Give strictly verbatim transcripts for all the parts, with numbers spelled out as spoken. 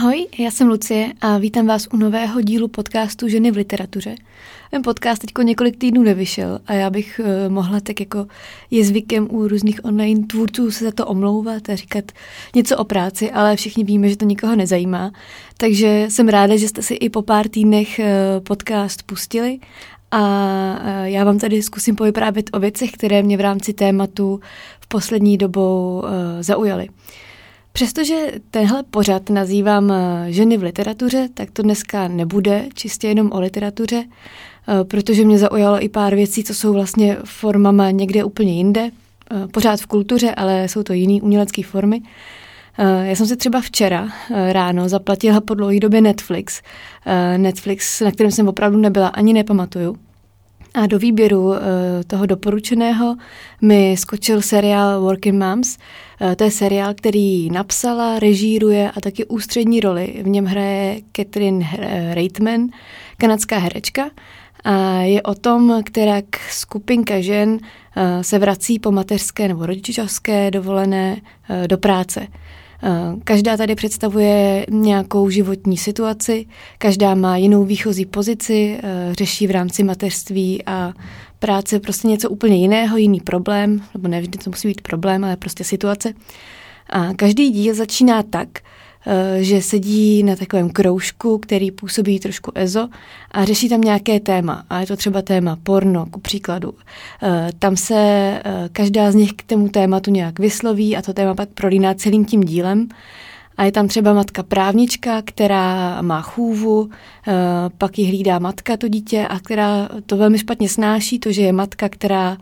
Ahoj, já jsem Lucie a vítám vás u nového dílu podcastu Ženy v literatuře. Ten podcast teďko několik týdnů nevyšel a já bych uh, mohla tak jako je zvykem u různých online tvůrců se za to omlouvat a říkat něco o práci, ale všichni víme, že to nikoho nezajímá. Takže jsem ráda, že jste si i po pár týdnech uh, podcast pustili a uh, já vám tady zkusím povyprávět o věcech, které mě v rámci tématu v poslední dobou uh, zaujaly. Přestože tenhle pořad nazývám Ženy v literatuře, tak to dneska nebude čistě jenom o literatuře, protože mě zaujalo i pár věcí, co jsou vlastně formama někde úplně jinde, pořád v kultuře, ale jsou to jiný umělecké formy. Já jsem si třeba včera ráno zaplatila po dlouhé době Netflix, Netflix, na kterém jsem opravdu nebyla, ani nepamatuju. A do výběru toho doporučeného mi skočil seriál Working Moms. To je seriál, který napsala, režíruje a taky ústřední roli. V něm hraje Catherine Reitman, kanadská herečka. A je o tom, která skupinka žen se vrací po mateřské nebo rodičovské dovolené do práce. Každá tady představuje nějakou životní situaci, každá má jinou výchozí pozici, řeší v rámci mateřství a práce prostě něco úplně jiného, jiný problém, nebo ne vždy to musí být problém, ale prostě situace. A každý díl začíná tak, že sedí na takovém kroužku, který působí trošku ezo a řeší tam nějaké téma. A je to třeba téma porno, ku příkladu. Tam se každá z nich k tomu tématu nějak vysloví a to téma pak prolíná celým tím dílem. A je tam třeba matka právnička, která má chůvu, pak ji hlídá matka, to dítě, a která to velmi špatně snáší, to, že je matka, která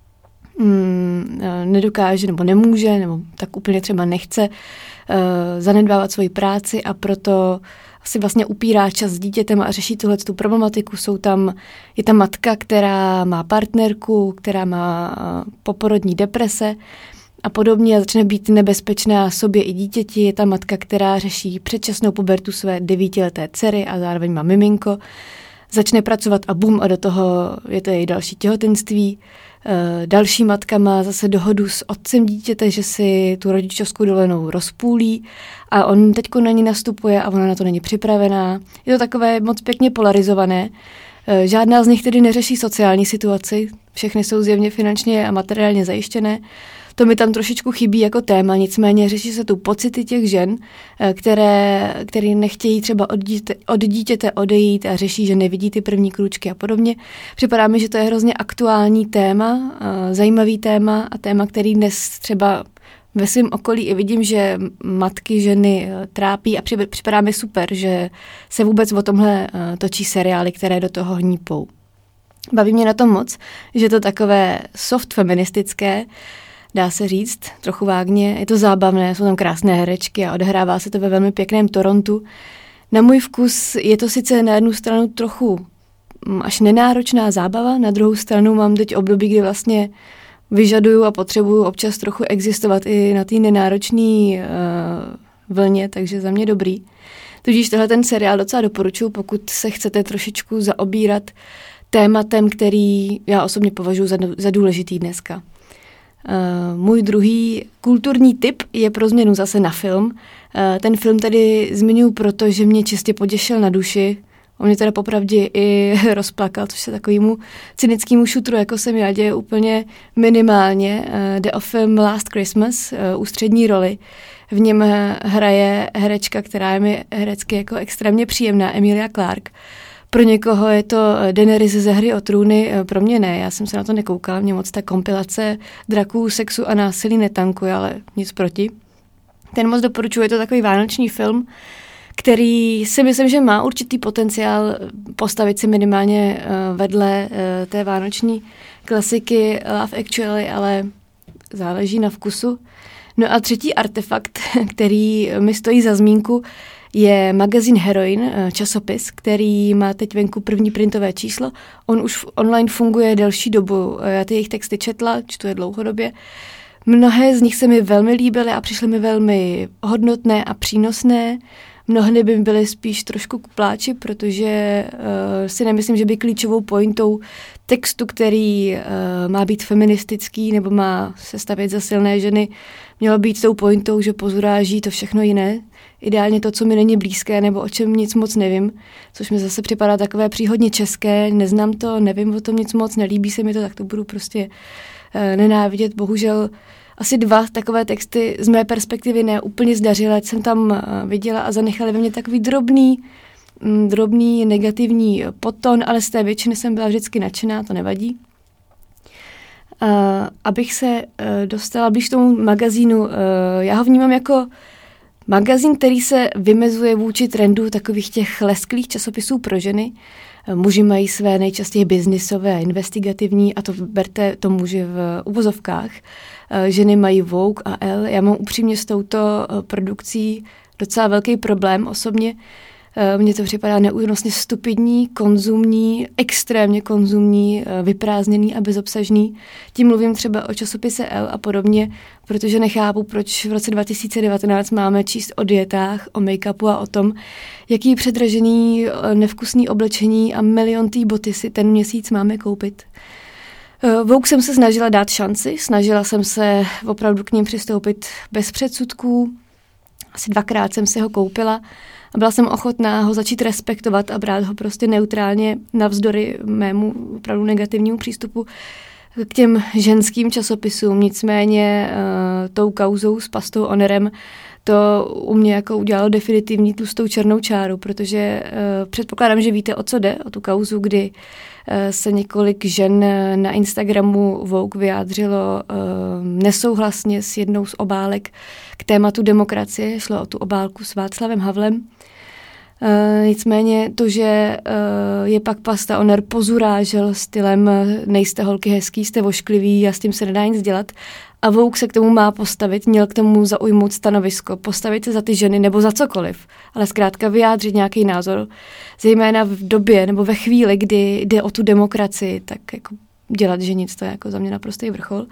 mm, nedokáže nebo nemůže, nebo tak úplně třeba nechce zanedbávat svoji práci a proto si vlastně upírá čas s dítětem a řeší tuhle tu problematiku. Jsou tam, je tam matka, která má partnerku, která má poporodní deprese a podobně a začne být nebezpečná sobě i dítěti. Je tam matka, která řeší předčasnou pubertu své devítileté dcery a zároveň má miminko. Začne pracovat a bum, a do toho je to její další těhotenství. Další matka má zase dohodu s otcem dítěte, že si tu rodičovskou dovolenou rozpůlí a on teďko na ní nastupuje a ona na to není připravená. Je to takové moc pěkně polarizované. Žádná z nich tedy neřeší sociální situaci, všechny jsou zjevně finančně a materiálně zajištěné. To mi tam trošičku chybí jako téma, nicméně řeší se tu pocity těch žen, které, které nechtějí třeba od, dítěte, od dítěte odejít a řeší, že nevidí ty první krůčky a podobně. Připadá mi, že to je hrozně aktuální téma, zajímavý téma a téma, který dnes třeba ve svém okolí i vidím, že matky, ženy trápí a připadá mi super, že se vůbec o tomhle točí seriály, které do toho hnípou. Baví mě na tom moc, že to takové soft feministické, dá se říct, trochu vágně. Je to zábavné, jsou tam krásné herečky a odehrává se to ve velmi pěkném Torontu. Na můj vkus je to sice na jednu stranu trochu až nenáročná zábava, na druhou stranu mám teď období, kdy vlastně vyžaduju a potřebuju občas trochu existovat i na té nenáročné uh, vlně, takže za mě dobrý. Tudíž tohle ten seriál docela doporučuji, pokud se chcete trošičku zaobírat tématem, který já osobně považuji za, za důležitý dneska. Uh, můj druhý kulturní tip je pro změnu zase na film. Uh, ten film tady zmiňuji proto, že mě čistě potěšil na duši. On mě teda popravdě i rozplakal, což se takovému cynickému šutru, jako jsem já, děje úplně minimálně. Uh, jde o film Last Christmas, uh, ústřední roli. V něm hraje herečka, která je mi herecky jako extrémně příjemná, Emilia Clarke. Pro někoho je to Daenerys ze Hry o trůny, pro mě ne, já jsem se na to nekoukala, mě moc ta kompilace draků, sexu a násilí netankuje, ale nic proti. Ten moc doporučuji, je to takový vánoční film, který si myslím, že má určitý potenciál postavit si minimálně vedle té vánoční klasiky Love Actually, ale záleží na vkusu. No a třetí artefakt, který mi stojí za zmínku, je magazín Heroin, časopis, který má teď venku první printové číslo. On už online funguje delší dobu. Já ty jejich texty četla, čtu je dlouhodobě. Mnohé z nich se mi velmi líbily a přišly mi velmi hodnotné a přínosné. Mnohdy by byly spíš trošku kupláči, protože uh, si nemyslím, že by klíčovou pointou textu, který uh, má být feministický nebo má se stavět za silné ženy, mělo být tou pointou, že pozuráží to všechno jiné. Ideálně to, co mi není blízké nebo o čem nic moc nevím, což mi zase připadá takové příhodně české, neznám to, nevím o tom nic moc, nelíbí se mi to, tak to budu prostě uh, nenávidět. Bohužel asi dva takové texty z mé perspektivy ne úplně zdařilé, jsem tam viděla a zanechali ve mně takový drobný, drobný negativní podton, ale z té většiny jsem byla vždycky nadšená, to nevadí. Uh, abych se uh, dostala blíž tomu magazínu, uh, já ho vnímám jako magazín, který se vymezuje vůči trendu takových těch lesklých časopisů pro ženy. Muži mají své nejčastěji biznisové a investigativní, a to berte to muži v uvozovkách. Ženy mají Vogue a Elle. Já mám upřímně s touto produkcí docela velký problém osobně. Mně to připadá neúnosně stupidní, konzumní, extrémně konzumní, vyprázdněný a bezobsažný. Tím mluvím třeba o časopise Elle a podobně, protože nechápu, proč v roce dva tisíce devatenáct máme číst o dietách, o make-upu a o tom, jaký předražený, nevkusný oblečení a miliontý boty si ten měsíc máme koupit. Vogue jsem se snažila dát šanci, snažila jsem se opravdu k ním přistoupit bez předsudků. Asi dvakrát jsem si ho koupila a byla jsem ochotná ho začít respektovat a brát ho prostě neutrálně navzdory mému opravdu negativnímu přístupu k těm ženským časopisům. Nicméně uh, tou kauzou s pastou Honorem to u mě jako udělalo definitivní tlustou černou čáru, protože uh, předpokládám, že víte, o co jde, o tu kauzu, kdy uh, se několik žen na Instagramu Vogue vyjádřilo uh, nesouhlasně s jednou z obálek k tématu demokracie. Šlo o tu obálku s Václavem Havlem. Uh, nicméně to, že uh, je pak pasta Honor pozurážel stylem nejste holky hezký, jste vošklivý a s tím se nedá nic dělat. A Vogue se k tomu má postavit, měl k tomu zaujmout stanovisko, postavit se za ty ženy nebo za cokoliv, ale zkrátka vyjádřit nějaký názor, zejména v době nebo ve chvíli, kdy jde o tu demokracii, tak jako dělat, že nic, to je jako za mě naprostý vrchol.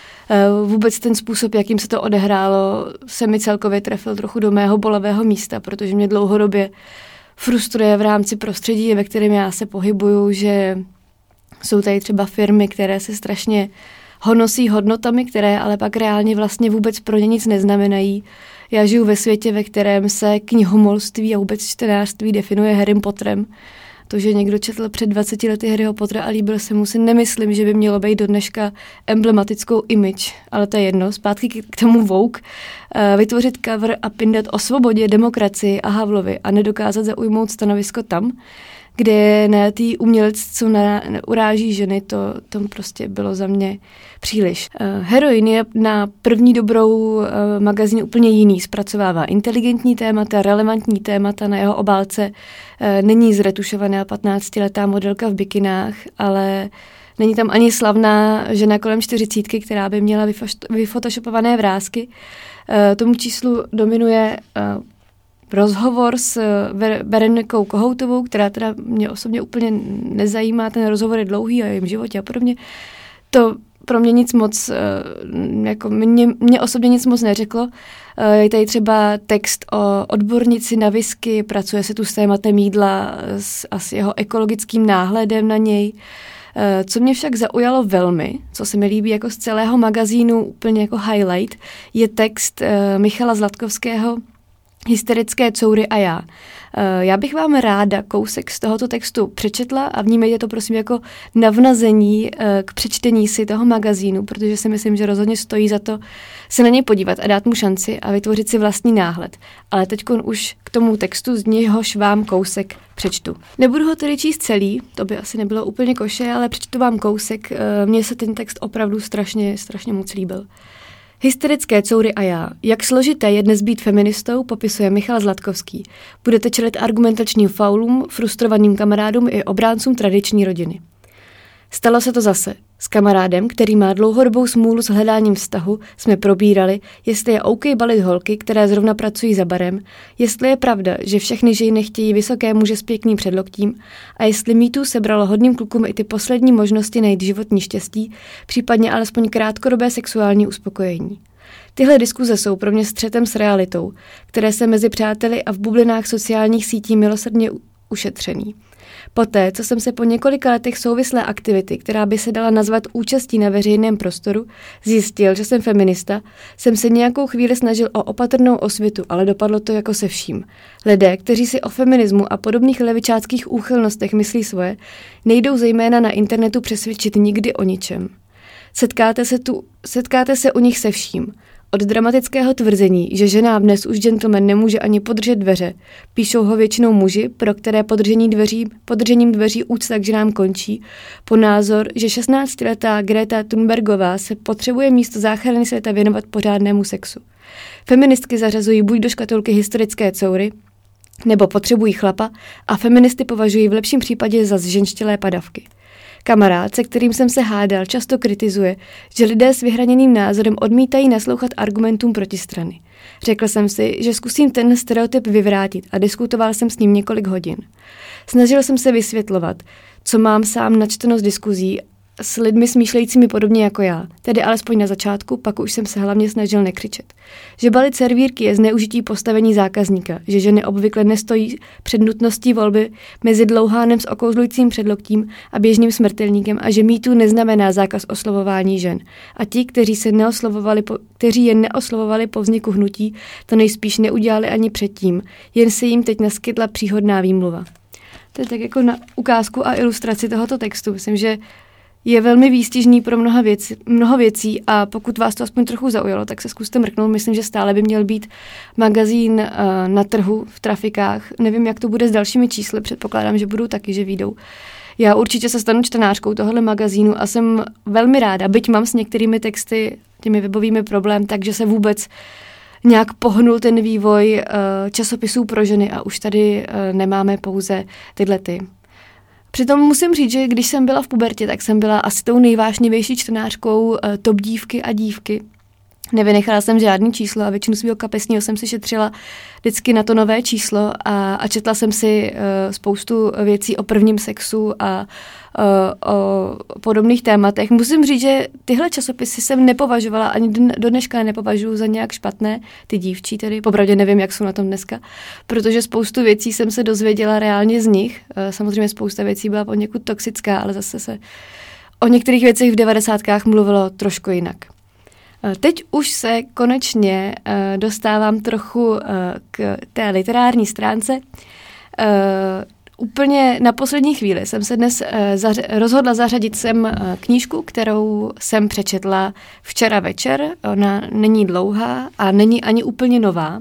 Vůbec ten způsob, jakým se to odehrálo, se mi celkově trefil trochu do mého bolavého místa, protože mě dlouhodobě frustruje v rámci prostředí, ve kterém já se pohybuju, že jsou tady třeba firmy, které se strašně honosí hodnotami, které ale pak reálně vlastně vůbec pro ně nic neznamenají. Já žiju ve světě, ve kterém se knihomolství a vůbec čtenářství definuje Harrym Potterem. To, že někdo četl před dvaceti lety Harryho Pottera a líbil se mu, si nemyslím, že by mělo být do dneška emblematickou image, ale to je jedno. Zpátky k tomu Vogue. Vytvořit cover a pindat o svobodě, demokracii a Havlovi a nedokázat zaujmout stanovisko tam, kde na tý umělec, co na, uráží ženy, to, to prostě bylo za mě příliš. Uh, Heroin je na první dobrou uh, magazín úplně jiný. Zpracovává inteligentní témata, relevantní témata, na jeho obálce uh, není zretušovaná patnáctiletá modelka v bikinách, ale není tam ani slavná žena kolem čtyřicítky, která by měla vyfotoshopované vrásky. Uh, tomu číslu dominuje uh, rozhovor s Berenekou Kohoutovou, která teda mě osobně úplně nezajímá, ten rozhovor je dlouhý a jejím životě a podobně. To pro mě nic moc, jako mě, mě osobně nic moc neřeklo. Je tady třeba text o odbornici na whisky, pracuje se tu s tématem jídla a s jeho ekologickým náhledem na něj. Co mě však zaujalo velmi, co se mi líbí jako z celého magazínu úplně jako highlight, je text Michala Zlatkovského Hysterické coury a já. Já bych vám ráda kousek z tohoto textu přečetla a vnímejte to prosím jako navnazení k přečtení si toho magazínu, protože si myslím, že rozhodně stojí za to se na něj podívat a dát mu šanci a vytvořit si vlastní náhled. Ale teď už k tomu textu, z něhož vám kousek přečtu. Nebudu ho tedy číst celý, to by asi nebylo úplně koše, ale přečtu vám kousek. Mně se ten text opravdu strašně, strašně moc líbil. Hysterické coury a já. Jak složité je dnes být feministou, popisuje Michal Zlatkovský. Budete čelit argumentačním faulům, frustrovaným kamarádům i obráncům tradiční rodiny. Stalo se to zase. S kamarádem, který má dlouhodobou smůlu s hledáním vztahu, jsme probírali, jestli je OK balit holky, které zrovna pracují za barem, jestli je pravda, že všechny ženy chtějí vysoké muže s pěkným předloktím a jestli mýtů sebralo hodným klukům i ty poslední možnosti najít životní štěstí, případně alespoň krátkodobé sexuální uspokojení. Tyhle diskuze jsou pro mě střetem s realitou, které se mezi přáteli a v bublinách sociálních sítí milosrdně ušetřený. Poté, co jsem se po několika letech souvislé aktivity, která by se dala nazvat účastí na veřejném prostoru, zjistil, že jsem feminista, jsem se nějakou chvíli snažil o opatrnou osvětu, ale dopadlo to jako se vším. Lidé, kteří si o feminismu a podobných levičáckých úchylnostech myslí svoje, nejdou zejména na internetu přesvědčit nikdy o ničem. Setkáte se, tu, setkáte se u nich se vším. Od dramatického tvrzení, že ženám dnes už gentleman nemůže ani podržet dveře, píšou ho většinou muži, pro které podržení dveří, podržením dveří úcta k ženám končí, po názor, že šestnáctiletá Greta Thunbergová se potřebuje místo záchrany světa věnovat pořádnému sexu. Feministky zařazují buď do škatulky historické coury, nebo potřebují chlapa a feministy považují v lepším případě za zženštělé padavky. Kamarád, se kterým jsem se hádal, často kritizuje, že lidé s vyhraněným názorem odmítají naslouchat argumentům protistrany. Řekl jsem si, že zkusím ten stereotyp vyvrátit a diskutoval jsem s ním několik hodin. Snažil jsem se vysvětlovat, co mám sám načteno z diskuzí s lidmi smýšlejícími podobně jako já, tedy alespoň na začátku, pak už jsem se hlavně snažil nekřičet. Že balit servírky je zneužití postavení zákazníka, že ženy obvykle nestojí před nutností volby mezi dlouhánem s okouzlujícím předloktím a běžným smrtelníkem a že mýtu neznamená zákaz oslovování žen. A ti, kteří, se neoslovovali po, kteří je neoslovovali po vzniku hnutí, to nejspíš neudělali ani předtím, jen se jim teď naskytla příhodná výmluva. To je tak jako na ukázku a ilustraci tohoto textu. Myslím, že je velmi výstižný pro mnoha věci, mnoho věcí a pokud vás to aspoň trochu zaujalo, tak se zkuste mrknout. Myslím, že stále by měl být magazín uh, na trhu v trafikách. Nevím, jak to bude s dalšími čísly, předpokládám, že budou taky, že vyjdou. Já určitě se stanu čtenářkou tohohle magazínu a jsem velmi ráda, byť mám s některými texty, těmi webovými problém, takže se vůbec nějak pohnul ten vývoj uh, časopisů pro ženy a už tady uh, nemáme pouze tyhle ty. Přitom musím říct, že když jsem byla v pubertě, tak jsem byla asi tou nejvášnivější čtenářkou uh, Top dívky a dívky. Nevynechala jsem žádný číslo a většinu svého kapesního jsem si šetřila vždycky na to nové číslo a, a četla jsem si uh, spoustu věcí o prvním sexu a uh, o podobných tématech. Musím říct, že tyhle časopisy jsem nepovažovala, ani do dneška nepovažuji za nějak špatné, ty dívčí tedy, popravdě nevím, jak jsou na tom dneska, protože spoustu věcí jsem se dozvěděla reálně z nich. Uh, samozřejmě spousta věcí byla poněkud toxická, ale zase se o některých věcech v devadesátkách mluvilo trošku jinak. Teď už se konečně uh, dostávám trochu uh, k té literární stránce. Uh, úplně na poslední chvíli jsem se dnes uh, zař- rozhodla zařadit sem uh, knížku, kterou jsem přečetla včera večer. Ona není dlouhá a není ani úplně nová.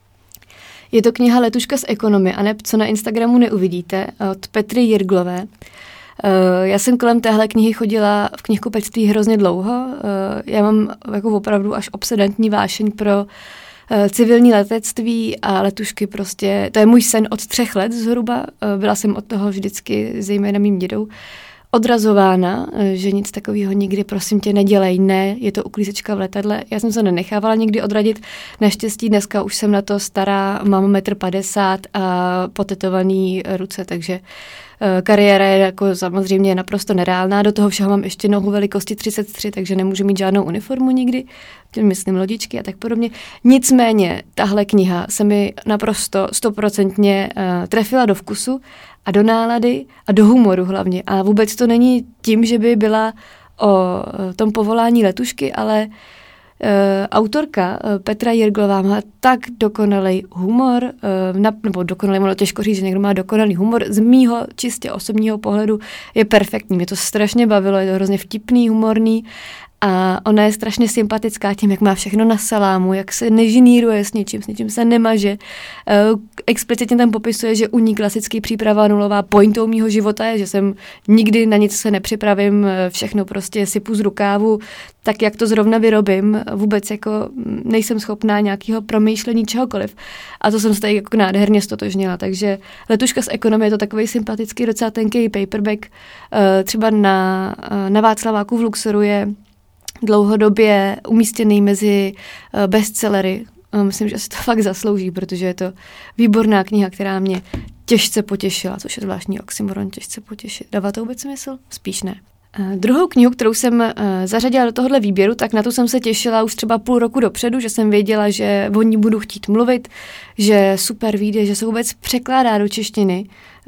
Je to kniha Letuška z ekonomie, aneb co na Instagramu neuvidíte, od Petry Jirglové. Uh, já jsem kolem téhle knihy chodila v knihkupectví hrozně dlouho. Uh, já mám jako opravdu až obsedantní vášeň pro uh, civilní letectví a letušky prostě. To je můj sen od třech let zhruba. Uh, byla jsem od toho vždycky, zejména mým dědou, odrazována, uh, že nic takového nikdy, prosím tě, nedělej, ne, je to uklízečka v letadle. Já jsem se nenechávala nikdy odradit. Naštěstí dneska už jsem na to stará, mám metr padesát a potetovaný ruce, takže kariéra je jako samozřejmě naprosto nereálná, do toho všeho mám ještě nohu velikosti třicet tři, takže nemůžu mít žádnou uniformu nikdy, tím myslím lodičky a tak podobně. Nicméně tahle kniha se mi naprosto stoprocentně uh, trefila do vkusu a do nálady a do humoru hlavně. A vůbec to není tím, že by byla o uh, tom povolání letušky, ale Uh, autorka uh, Petra Jirglová má tak dokonalý humor, uh, na, nebo dokonalý, ono těžko říct, že někdo má dokonalý humor, z mýho čistě osobního pohledu je perfektní. Mě to strašně bavilo, je to hrozně vtipný, humorný a ona je strašně sympatická tím, jak má všechno na salámu, jak se nežiníruje s ničím, s ničím se nemaže. Uh, explicitně tam popisuje, že u ní klasický příprava nulová pointou mýho života je, že jsem nikdy na nic se nepřipravím, všechno prostě sypu z rukávu, tak jak to zrovna vyrobím, vůbec jako nejsem schopná nějakého promýšlení čehokoliv. A to jsem se tady jako nádherně stotožnila, takže Letuška z ekonomie je to takový sympatický, docela tenký paperback. Třeba na, na Václaváku v Luxoru je dlouhodobě umístěný mezi bestsellery. Myslím, že si to fakt zaslouží, protože je to výborná kniha, která mě těžce potěšila, což je zvláštní oxymoron, těžce potěšit. Dává to vůbec smysl? Spíš ne. Druhou knihu, kterou jsem zařadila do tohohle výběru, tak na tu jsem se těšila už třeba půl roku dopředu, že jsem věděla, že o ní budu chtít mluvit, že super vyjde, že se vůbec překládá do češtiny.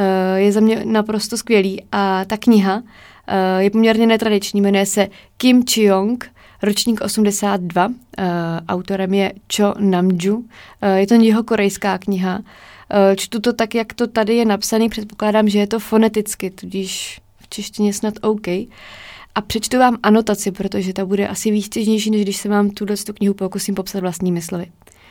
Je za mě naprosto skvělý. A ta kniha je poměrně netradiční, jmenuje se Kim Chi-young, ročník osmdesát dva, autorem je Cho Nam-ju. Je to jihokorejská kniha. Čtu to tak, jak to tady je napsaný, předpokládám, že je to foneticky, tudíž v češtině snad OK. A přečtu vám anotaci, protože ta bude asi výstižnější, než když se vám tuhle tu knihu pokusím popsat vlastními slovy.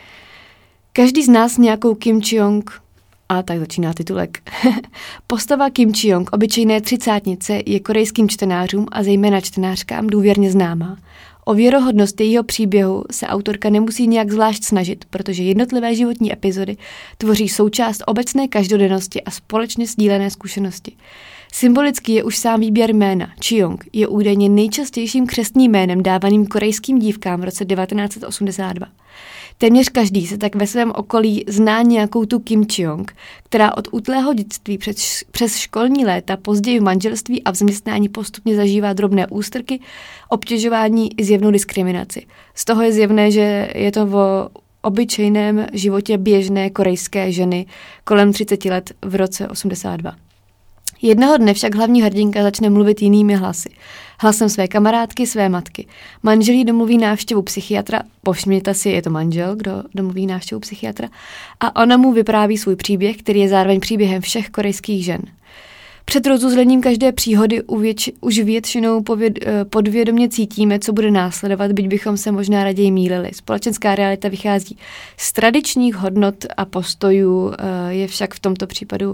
Každý z nás nějakou Kim Chi-young, a tak začíná titulek. Postava Kim Chi-young, obyčejné třicátnice, je korejským čtenářům a zejména čtenářkám důvěrně známá. O věrohodnost jejího příběhu se autorka nemusí nějak zvlášť snažit, protože jednotlivé životní epizody tvoří součást obecné každodennosti a společně sdílené zkušenosti. Symbolický je už sám výběr jména. Chi-young je údajně nejčastějším křestním jménem dávaným korejským dívkám v roce devatenáct set osmdesát dva. Téměř každý se tak ve svém okolí zná nějakou tu Kim Chi-young, která od útlého dětství přes, přes školní léta, později v manželství a v zaměstnání postupně zažívá drobné ústrky, obtěžování i zjevnou diskriminaci. Z toho je zjevné, že je to o obyčejném životě běžné korejské ženy kolem třicet let v roce osmdesát dva. Jednoho dne však hlavní hrdinka začne mluvit jinými hlasy. Hlasem své kamarádky, své matky. Manželí domluví návštěvu psychiatra, povšimněte si, je to manžel, kdo domluví návštěvu psychiatra, a ona mu vypráví svůj příběh, který je zároveň příběhem všech korejských žen. Před rozuzlením každé příhody uvěč, už většinou pověd, podvědomě cítíme, co bude následovat, byť bychom se možná raději mýlili. Společenská realita vychází z tradičních hodnot a postojů, je však v tomto případu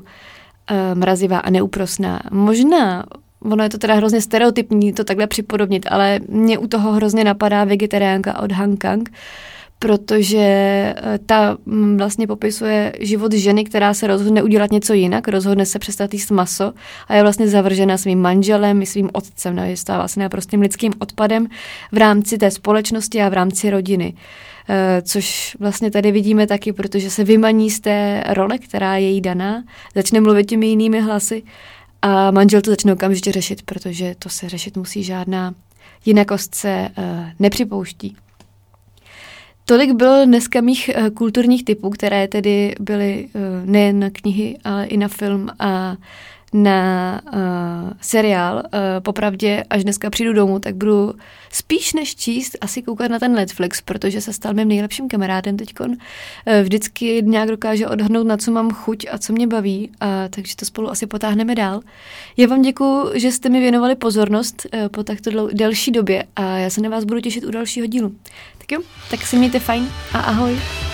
mrazivá a neúprosná. Možná, ono je to teda hrozně stereotypní to takhle připodobnit, ale mě u toho hrozně napadá vegetariánka od Han Kang, protože ta vlastně popisuje život ženy, která se rozhodne udělat něco jinak, rozhodne se přestat jíst maso a je vlastně zavržena svým manželem i svým otcem, ne? Stává se naprostým lidským odpadem v rámci té společnosti a v rámci rodiny. Což vlastně tady vidíme taky, protože se vymaní z té role, která je jí daná, začne mluvit těmi jinými hlasy a manžel to začne okamžitě řešit, protože to se řešit musí, žádná jinakost se uh, nepřipouští. Tolik bylo dneska mých uh, kulturních typů, které tedy byly uh, nejen na knihy, ale i na film a na uh, seriál. Uh, popravdě, až dneska přijdu domů, tak budu spíš než číst asi koukat na ten Netflix, protože se stal mým nejlepším kamarádem teďkon. Uh, vždycky nějak dokáže odhadnout, na co mám chuť a co mě baví, uh, takže to spolu asi potáhneme dál. Já vám děkuju, že jste mi věnovali pozornost uh, po takto dlou, delší době a já se na vás budu těšit u dalšího dílu. Tak jo, tak si mějte fajn a ahoj.